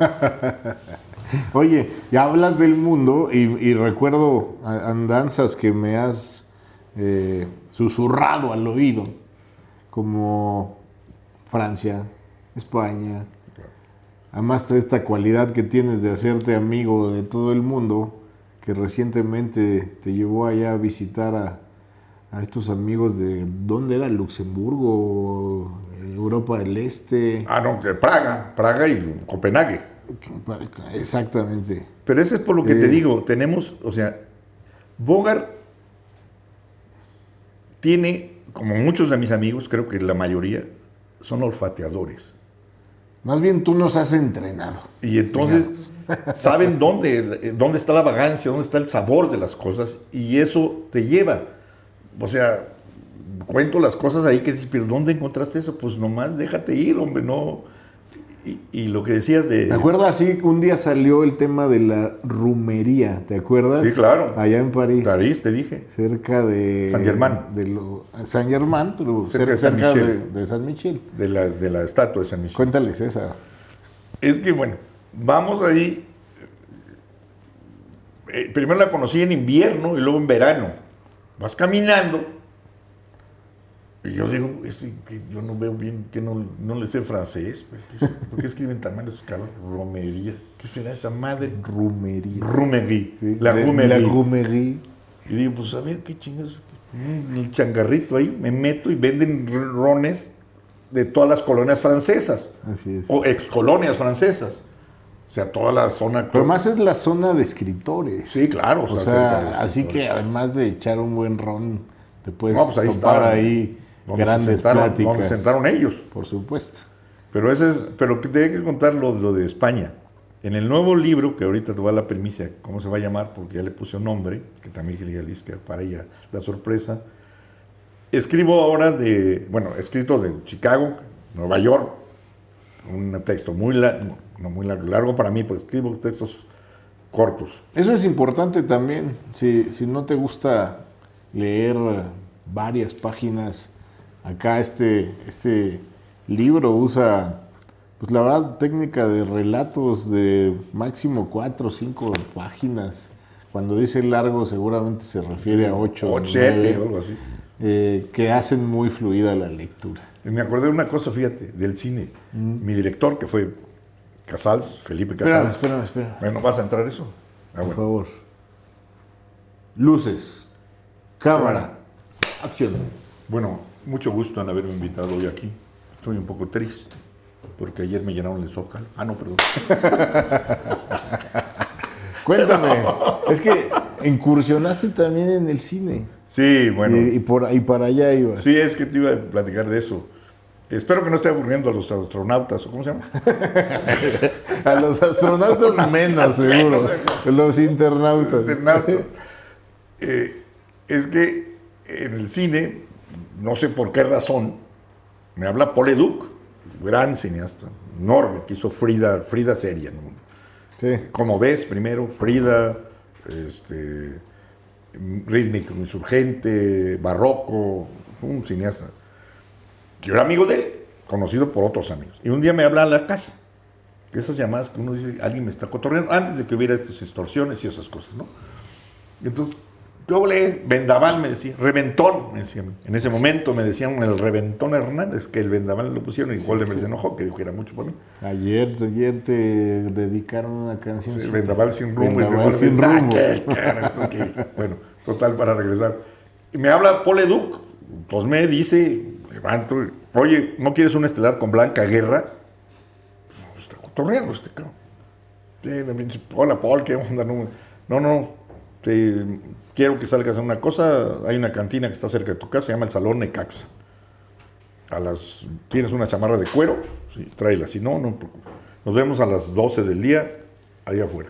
Oye, ya hablas del mundo y recuerdo andanzas que me has susurrado al oído, como Francia, España. Además de esta cualidad que tienes de hacerte amigo de todo el mundo, que recientemente te llevó allá a visitar a estos amigos de, ¿dónde era? Luxemburgo, Europa del Este. Ah, no, de Praga y Copenhague. Exactamente. Pero eso es por lo que te digo, tenemos, o sea, Bogart tiene, como muchos de mis amigos, creo que la mayoría, son olfateadores. Más bien tú nos has entrenado. Y entonces saben dónde está la vagancia, dónde está el sabor de las cosas, y eso te lleva. O sea, cuento las cosas ahí que dices, pero ¿dónde encontraste eso? Pues nomás déjate ir, hombre, no. Y lo que decías de... Me acuerdo así, un día salió el tema de la rumería, ¿te acuerdas? Sí, claro. Allá en París. París, te dije. Cerca de... Saint-Germain. Saint-Germain, pero Cerca de San cerca Michel. de San Michel. De la estatua de San Michel. Cuéntales esa. Es que, bueno, vamos ahí. Primero la conocí en invierno y luego en verano. Vas caminando. Y yo digo, que yo no veo bien, que no le sé francés. ¿Por qué escriben tan mal esos caros? Romería. ¿Qué será esa madre? Rumería. Rumerie. Sí, La rumerie. La rumería. Y digo, pues a ver qué chingados. El changarrito ahí, me meto y venden rones de todas las colonias francesas. Así es. O excolonias francesas. O sea, toda la zona... Pero más es la zona de escritores. Sí, claro. O cerca de sea, los así escritores. que además de echar un buen ron, te puedes No, pues ahí topar está, ahí donde grandes pláticas. donde se sentaron ellos. Por supuesto. Pero que tenía que contar lo de España. En el nuevo libro, que ahorita te voy a dar la primicia, ¿cómo se va a llamar? Porque ya le puse un nombre, que también quería Liz, que para ella la sorpresa. Escribo ahora escrito de Chicago, Nueva York, un texto muy largo, no muy largo para mí, pues escribo textos cortos. Eso es importante también. Si no te gusta leer varias páginas, acá este libro usa, pues la verdad, técnica de relatos de máximo 4 o 5 páginas. Cuando dice largo seguramente se refiere a 8 o 7 o algo así. Que hacen muy fluida la lectura. Y me acordé de una cosa, fíjate, del cine. Mi director, que fue Casals, Felipe Casals. Espera. Bueno, ¿vas a entrar eso? Por favor. Luces. Cámara. Acción. Bueno, mucho gusto en haberme invitado hoy aquí. Estoy un poco triste, porque ayer me llenaron el Zócalo. Ah, no, perdón. Cuéntame. Es que incursionaste también en el cine. Sí, bueno. Y para allá ibas. Sí, es que te iba a platicar de eso. Espero que no esté aburriendo a los astronautas, ¿o cómo se llama? A los astronautas menos, seguro. Los internautas. Es que en el cine, no sé por qué razón, me habla Paul Leduc gran cineasta, enorme, que hizo Frida seria, ¿no? Sí. Como ves, primero, Frida, rítmico insurgente, barroco, fue un cineasta. Yo era amigo de él, conocido por otros amigos. Y un día me habla a la casa, que esas llamadas que uno dice, alguien me está cotorreando, antes de que hubiera estas extorsiones y esas cosas, ¿no? Y entonces, yo hablé, vendaval me decía, reventón, me decían. En ese momento me decían el reventón Hernández, que el vendaval lo pusieron, y Goldemar se enojó, que dijo que era mucho para mí. Ayer te dedicaron una canción. Sí, vendaval sin rumbo. Vendaval sin rumbo. Bueno, total, para regresar. Y me habla Paul Leduc, entonces me dice, levanto, oye, ¿no quieres un estelar con Blanca Guerra? No, está cotorreando este cabrón. Sí, me dice, hola Paul, ¿qué onda? No, quiero que salgas a una cosa, hay una cantina que está cerca de tu casa, se llama el Salón Necaxa. ¿Tienes una chamarra de cuero? Sí, tráela, si no, no. Nos vemos a las 12 del día, ahí afuera.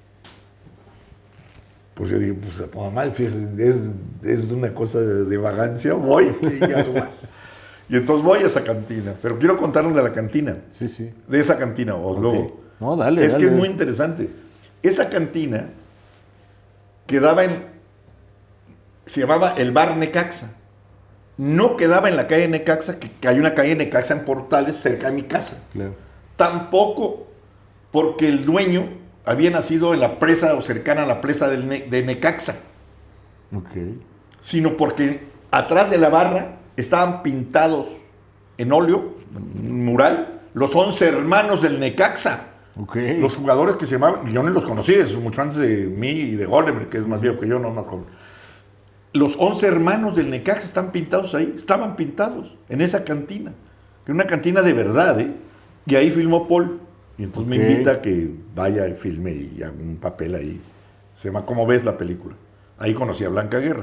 Pues yo dije, pues a tu mamá, es una cosa de vagancia, voy. Y entonces voy a esa cantina, pero quiero contarles de la cantina. Sí. De esa cantina, luego. No, dale. Que es muy interesante. Esa cantina quedaba se llamaba el Bar Necaxa. No quedaba en la calle Necaxa, que hay una calle Necaxa en Portales cerca de mi casa. Claro. Tampoco porque el dueño había nacido en la presa o cercana a la presa de Necaxa. Ok. Sino porque atrás de la barra estaban pintados en óleo, un mural, los 11 hermanos del Necaxa. Okay. Los jugadores que se llamaban, yo no los conocí, eso mucho antes de mí y de Goldemar, que es más viejo que yo, no me acuerdo. Los 11 hermanos del Necaxa están pintados ahí, estaban pintados en esa cantina, que es una cantina de verdad, ¿eh? Y ahí filmó Paul, y entonces me invita a que vaya y filme y haga un papel ahí. Se llama ¿Cómo ves la película? Ahí conocí a Blanca Guerra,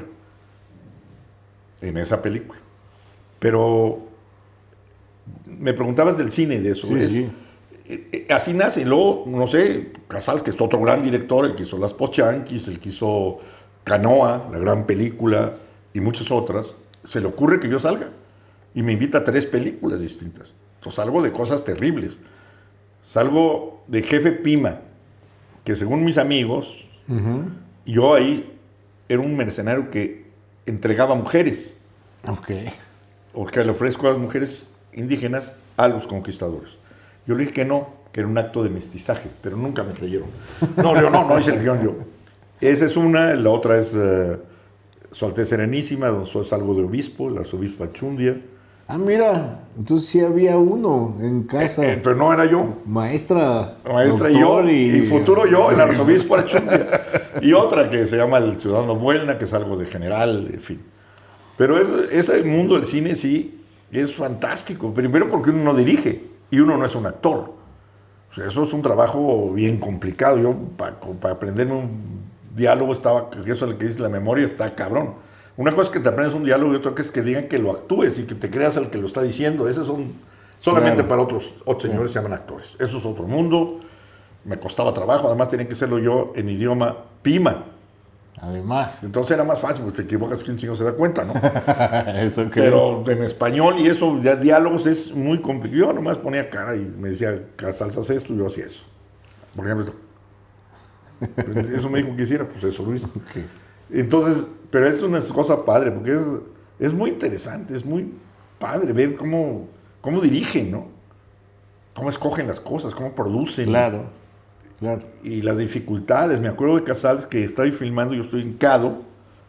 en esa película. Pero me preguntabas del cine, de eso. Sí. Así nace, y luego, no sé, Casals, que es otro gran director, el que hizo Las Pochanquis, el que hizo Canoa, la gran película, y muchas otras, se le ocurre que yo salga, y me invita a 3 películas distintas. Entonces salgo de cosas terribles. Salgo de Jefe Pima, que según mis amigos, yo ahí era un mercenario que entregaba mujeres. Ok. O que le ofrezco a las mujeres indígenas a los conquistadores. Yo le dije que no, que era un acto de mestizaje, pero nunca me creyeron. No hice el guión yo. Esa es una, la otra es Su Alteza Serenísima, es algo de obispo, el arzobispo Achundia. Ah, mira, entonces sí había uno en casa. Pero no era yo. Maestra yo, y futuro yo, el arzobispo Achundia. Y otra que se llama El Ciudadano Buelna, que es algo de general, en fin. Pero ese mundo del cine sí es fantástico. Primero porque uno no dirige. Y uno no es un actor. O sea, eso es un trabajo bien complicado. Yo, para aprenderme un diálogo, eso es lo que dice la memoria, está cabrón. Una cosa es que te aprendes un diálogo y otra cosa es que digan que lo actúes y que te creas al que lo está diciendo. Esos son solamente para otros señores se llaman actores. Eso es otro mundo. Me costaba trabajo. Además, tenía que hacerlo yo en idioma Pima. Además. Entonces era más fácil, porque te equivocas, ¿quién chingo se da cuenta, no? Eso pero en español y eso, ya diálogos es muy complicado. Yo nomás ponía cara y me decía, Casals hace esto, y yo hacía eso. Por ejemplo, eso me dijo que hiciera, pues eso, Luis. Okay. Entonces, pero es una cosa padre, porque es muy interesante, es muy padre ver cómo dirigen, ¿no? Cómo escogen las cosas, cómo producen. Claro. Y las dificultades. Me acuerdo de Casals que estaba filmando, yo estoy hincado,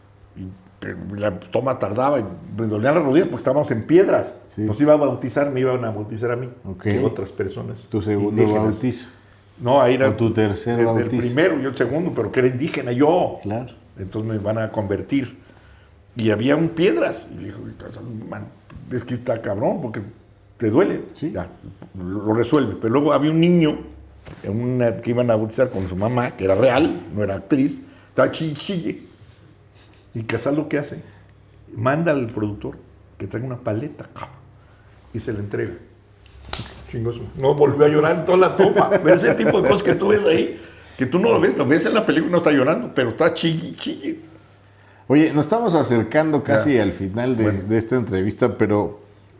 y la toma tardaba, y me dolían las rodillas porque estábamos en piedras. Sí. Nos iban a bautizar a mí, que otras personas. ¿Tu segundo indígenas. Bautizo? No, ahí era tu tercer bautizo. El primero, yo el segundo, pero que era indígena yo. Claro. Entonces me van a convertir. Y había un piedras. Y le dijo, man, es que está cabrón, porque te duele. Sí. Ya, lo resuelve. Pero luego había un niño que iban a bautizar con su mamá, que era real, no era actriz, estaba chille. Y Casals lo que hace, manda al productor que traiga una paleta y se la entrega. Chingoso. No volvió a llorar en toda la toma. ¿Ves ese tipo de cosas que tú ves ahí? Que tú no lo ves en la película, no está llorando, pero está chille. Oye, nos estamos acercando casi al final de esta entrevista, pero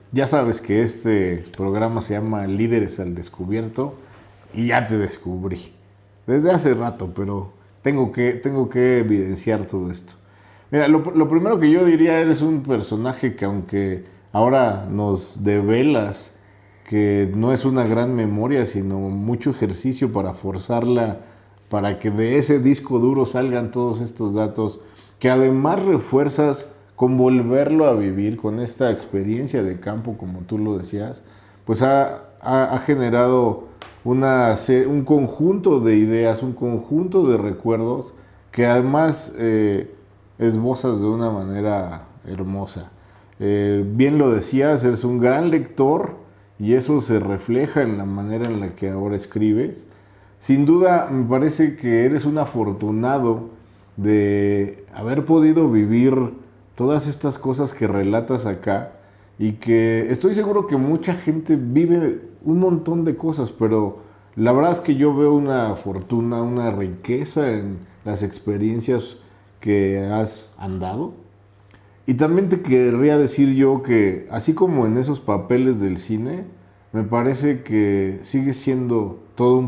Ya sabes que este programa se llama Líderes al Descubierto y ya te descubrí. Desde hace rato, pero tengo que evidenciar todo esto. Mira, lo primero que yo diría, eres un personaje que aunque ahora nos develas que no es una gran memoria, sino mucho ejercicio para forzarla, para que de ese disco duro salgan todos estos datos, que además refuerzas con volverlo a vivir, con esta experiencia de campo, como tú lo decías, pues ha generado un conjunto de ideas, un conjunto de recuerdos que además esbozas de una manera hermosa. Bien lo decías, eres un gran lector y eso se refleja en la manera en la que ahora escribes. Sin duda, me parece que eres un afortunado de haber podido vivir todas estas cosas que relatas acá y que estoy seguro que mucha gente vive un montón de cosas, pero la verdad es que yo veo una fortuna, una riqueza en las experiencias que has andado. Y también te querría decir yo que, así como en esos papeles del cine, me parece que sigues siendo todo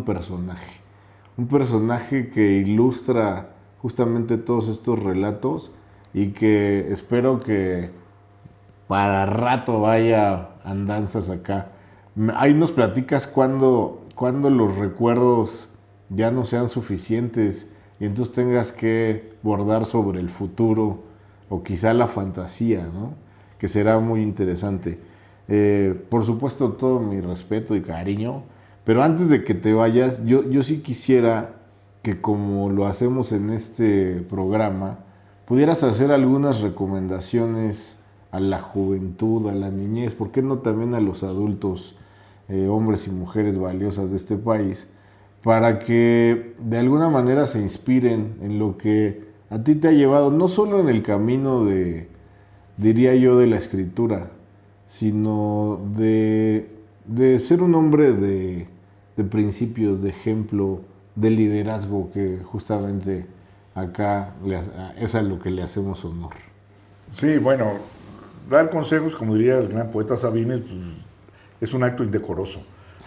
un personaje que ilustra justamente todos estos relatos y que espero que para rato vaya andanzas acá. Ahí nos platicas cuando los recuerdos ya no sean suficientes y entonces tengas que bordar sobre el futuro o quizá la fantasía, ¿no? Que será muy interesante. Por supuesto, todo mi respeto y cariño, pero antes de que te vayas, yo sí quisiera que, como lo hacemos en este programa, pudieras hacer algunas recomendaciones a la juventud, a la niñez, ¿por qué no también a los adultos, hombres y mujeres valiosas de este país, para que de alguna manera se inspiren en lo que a ti te ha llevado, no solo en el camino diría yo, de la escritura, sino de ser un hombre de principios, de ejemplo, de liderazgo, que justamente acá es a lo que le hacemos honor. Sí, bueno, dar consejos, como diría el gran poeta Sabines, pues, es un acto indecoroso.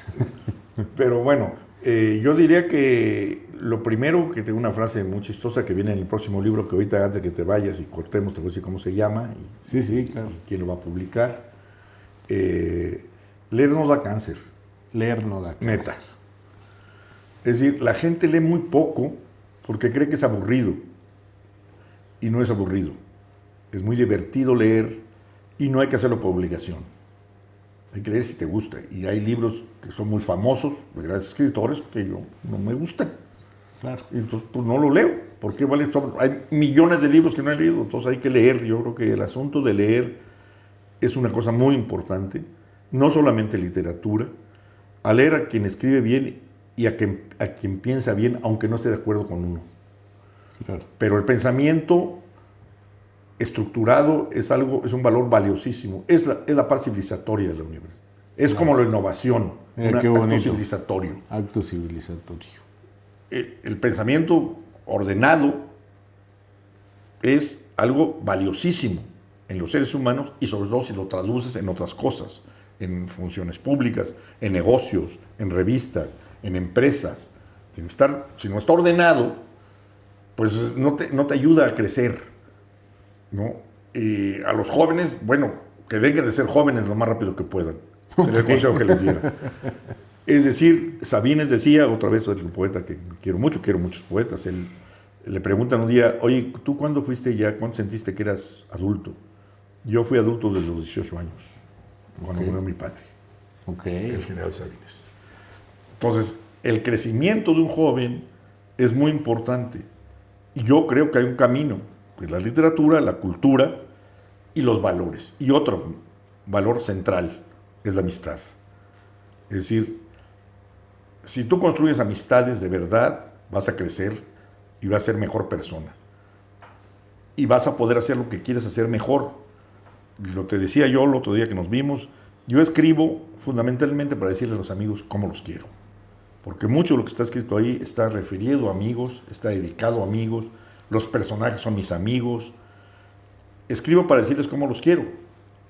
Pero bueno, yo diría que lo primero, que tengo una frase muy chistosa que viene en el próximo libro, que ahorita antes de que te vayas y cortemos te voy a decir cómo se llama Sí, claro. y quién lo va a publicar. Leer no da cáncer. Leer no da cáncer. Neta. Es decir, la gente lee muy poco porque cree que es aburrido. Y no es aburrido. Es muy divertido leer y no hay que hacerlo por obligación. Hay que leer si te gusta. Y hay libros que son muy famosos de grandes escritores que yo no me gustan. Claro. Y entonces pues no lo leo. ¿Por qué vale esto? Hay millones de libros que no he leído. Entonces hay que leer. Yo creo que el asunto de leer es una cosa muy importante. No solamente literatura. A leer a quien escribe bien y a quien piensa bien, aunque no esté de acuerdo con uno. Claro. Pero el pensamiento estructurado es un valor valiosísimo. Es la parte civilizatoria de la universidad. Es como la innovación, Mira, un acto civilizatorio. Acto civilizatorio. El pensamiento ordenado es algo valiosísimo en los seres humanos y sobre todo si lo traduces en otras cosas, en funciones públicas, en negocios, en revistas, en empresas. Si no está ordenado, pues no te ayuda a crecer, ¿no? Y a los jóvenes, bueno, que dejen de ser jóvenes lo más rápido que puedan. Sería el consejo que les diera. Es decir, Sabines decía, otra vez el poeta que quiero muchos poetas, le preguntan un día, oye, ¿tú cuándo sentiste que eras adulto? Yo fui adulto desde los 18 años, cuando murió mi padre, el general Sabines. Entonces, el crecimiento de un joven es muy importante. Y yo creo que hay un camino, que es la literatura, la cultura y los valores. Y otro valor central es la amistad. Es decir, si tú construyes amistades de verdad, vas a crecer y vas a ser mejor persona. Y vas a poder hacer lo que quieres hacer mejor. Lo te decía yo el otro día que nos vimos, yo escribo fundamentalmente para decirle a los amigos cómo los quiero. Porque mucho de lo que está escrito ahí está referido a amigos, está dedicado a amigos, los personajes son mis amigos. Escribo para decirles cómo los quiero.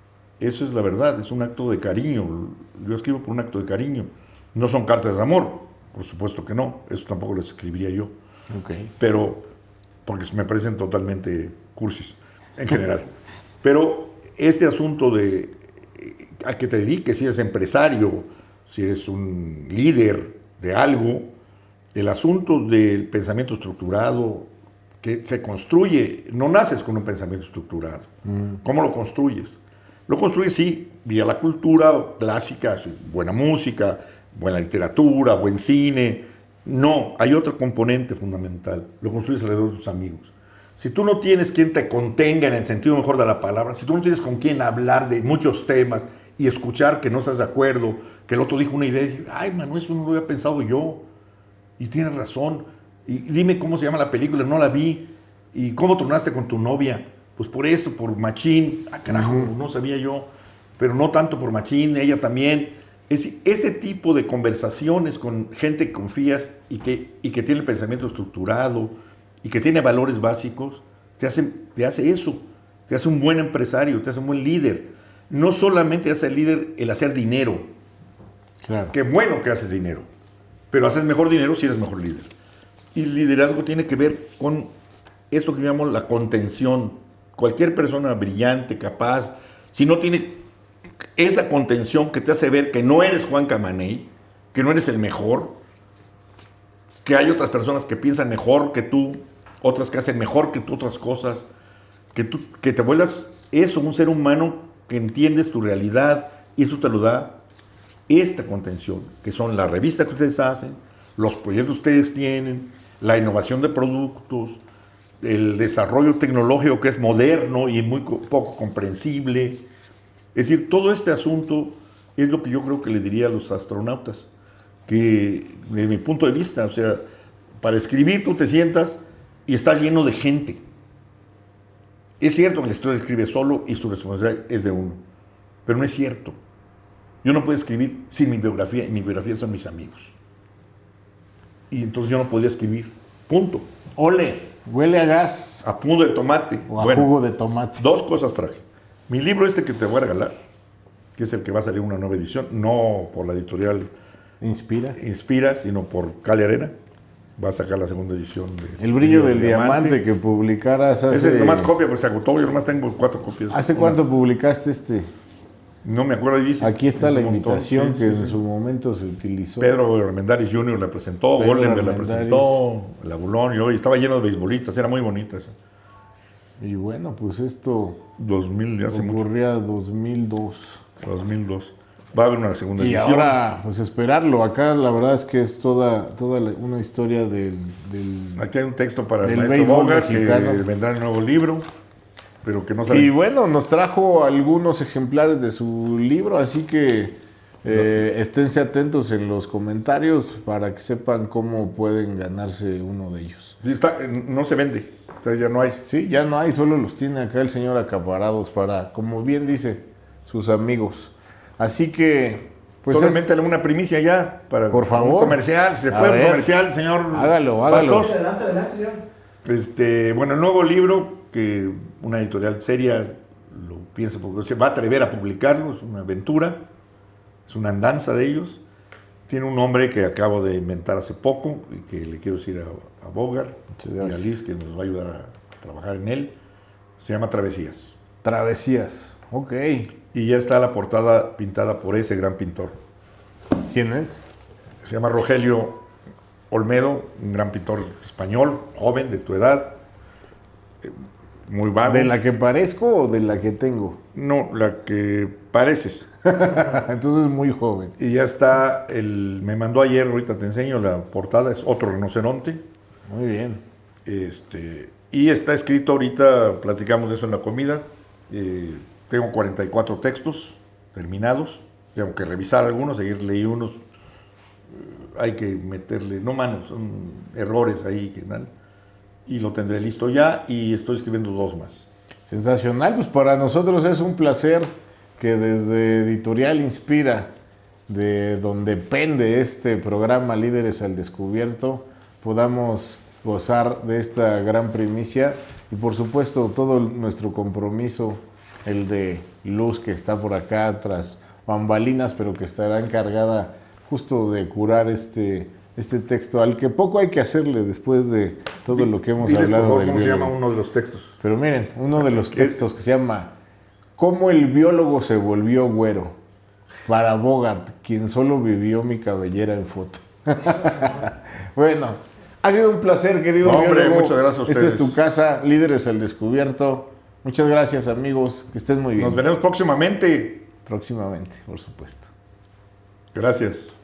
Eso es la verdad, es un acto de cariño. Yo escribo por un acto de cariño. No son cartas de amor, por supuesto que no. Eso tampoco lo escribiría yo. Okay. Pero, porque me parecen totalmente cursis, en general. Pero este asunto de a que te dediques, si eres empresario, si eres un líder de algo, el asunto del pensamiento estructurado, que se construye, no naces con un pensamiento estructurado. ¿Cómo lo construyes? Lo construyes, sí, vía la cultura clásica, buena música, buena literatura, buen cine. No, hay otro componente fundamental. Lo construyes alrededor de tus amigos. Si tú no tienes quien te contenga en el sentido mejor de la palabra, si tú no tienes con quien hablar de muchos temas y escuchar que no estás de acuerdo, que el otro dijo una idea y dices, ay, Manuel, eso no lo había pensado yo. Y tienes razón. Y dime cómo se llama la película, no la vi. ¿Y cómo tronaste con tu novia? Pues por esto, por Machín. Ah, carajo, no sabía yo. Pero no tanto por Machín, ella también. Es decir, este tipo de conversaciones con gente que confías y que tiene el pensamiento estructurado y que tiene valores básicos, te hace eso. Te hace un buen empresario, te hace un buen líder. No solamente hace el líder el hacer dinero. Claro. Qué bueno que haces dinero. Pero haces mejor dinero si eres mejor líder. Y el liderazgo tiene que ver con esto que llamamos la contención. Cualquier persona brillante, capaz, si no tiene esa contención que te hace ver que no eres Juan Camaney, que no eres el mejor, que hay otras personas que piensan mejor que tú, otras que hacen mejor que tú otras cosas, que te vuelvas eso, un ser humano que entiendes tu realidad, y eso te lo da esta contención, que son la revista que ustedes hacen, los proyectos que ustedes tienen, la innovación de productos, el desarrollo tecnológico que es moderno y muy poco comprensible. Es decir, todo este asunto es lo que yo creo que le diría a los astronautas, que desde mi punto de vista, o sea, para escribir tú te sientas y estás lleno de gente. Es cierto que la historia escribe solo y su responsabilidad es de uno, pero no es cierto. Yo no puedo escribir sin mi biografía, y mi biografía son mis amigos. Y entonces yo no podía escribir, punto. Ole, huele a gas. A punto de tomate. O a jugo de tomate. Dos cosas traje. Mi libro que te voy a regalar, que es el que va a salir una nueva edición, no por la editorial Inspira, sino por Cali Arena. Va a sacar la segunda edición de El brillo del diamante que publicaras hace... Esa es nomás copia, porque se agotó, yo nomás tengo 4 copias. ¿Hace cuánto publicaste este? No me acuerdo, dice. Aquí está la invitación que en su momento se utilizó. Pedro Armendáriz Jr. la presentó, Goldenberg la presentó, el Abulón, y estaba lleno de beisbolistas, era muy bonita esa. Y bueno, pues esto 2000, hace ocurría 2002. 2002. Va a haber una segunda edición. Y ahora, pues esperarlo. Acá la verdad es que es toda una historia del Aquí hay un texto para el del maestro béisbol Boga, que mexicano. vendrá en un nuevo libro, pero que no sabe. Y bueno, nos trajo algunos ejemplares de su libro, así que esténse atentos en los comentarios para que sepan cómo pueden ganarse uno de ellos. No se vende, o sea, ya no hay. Sí, ya no hay, solo los tiene acá el señor acaparados para, como bien dice, sus amigos. Así que, pues solamente una primicia ya para por favor, un comercial, si se puede un comercial, señor. Hágalo. Pastos. Adelante, señor. Bueno, el nuevo libro que una editorial seria lo piensa, porque se va a atrever a publicarlo, es una aventura, es una andanza de ellos. Tiene un nombre que acabo de inventar hace poco y que le quiero decir a Bogar y a Liz, que nos va a ayudar a trabajar en él. Se llama Travesías. Travesías, ok. Y ya está la portada pintada por ese gran pintor. ¿Quién es? Se llama Rogelio Olmedo, un gran pintor español, joven, de tu edad, muy vago. ¿De la que parezco o de la que tengo? No, la que pareces. Entonces muy joven. Y ya está, me mandó ayer, ahorita te enseño la portada, es otro rinoceronte. Muy bien. Y está escrito ahorita, platicamos de eso en la comida, tengo 44 textos terminados, tengo que revisar algunos, leí unos, hay que meterle, no manos, son errores ahí, y lo tendré listo ya, y estoy escribiendo 2 más. Sensacional, pues para nosotros es un placer que desde Editorial Inspira, de donde pende este programa Líderes al Descubierto, podamos gozar de esta gran primicia y por supuesto todo nuestro compromiso, el de Luz, que está por acá tras bambalinas, pero que estará encargada justo de curar este texto, al que poco hay que hacerle después de todo lo que hemos Diles, hablado por favor, del ¿cómo se biólogo. llama uno de los textos? Pero miren, uno de los textos que se llama ¿Cómo el biólogo se volvió güero? Para Bogart, quien solo vivió mi cabellera en foto. Bueno, ha sido un placer, querido Hombre, biólogo. muchas gracias a ustedes. Esta es tu casa, Líderes al Descubierto. Muchas gracias, amigos. Que estén muy bien. Nos veremos próximamente. Próximamente, por supuesto. Gracias.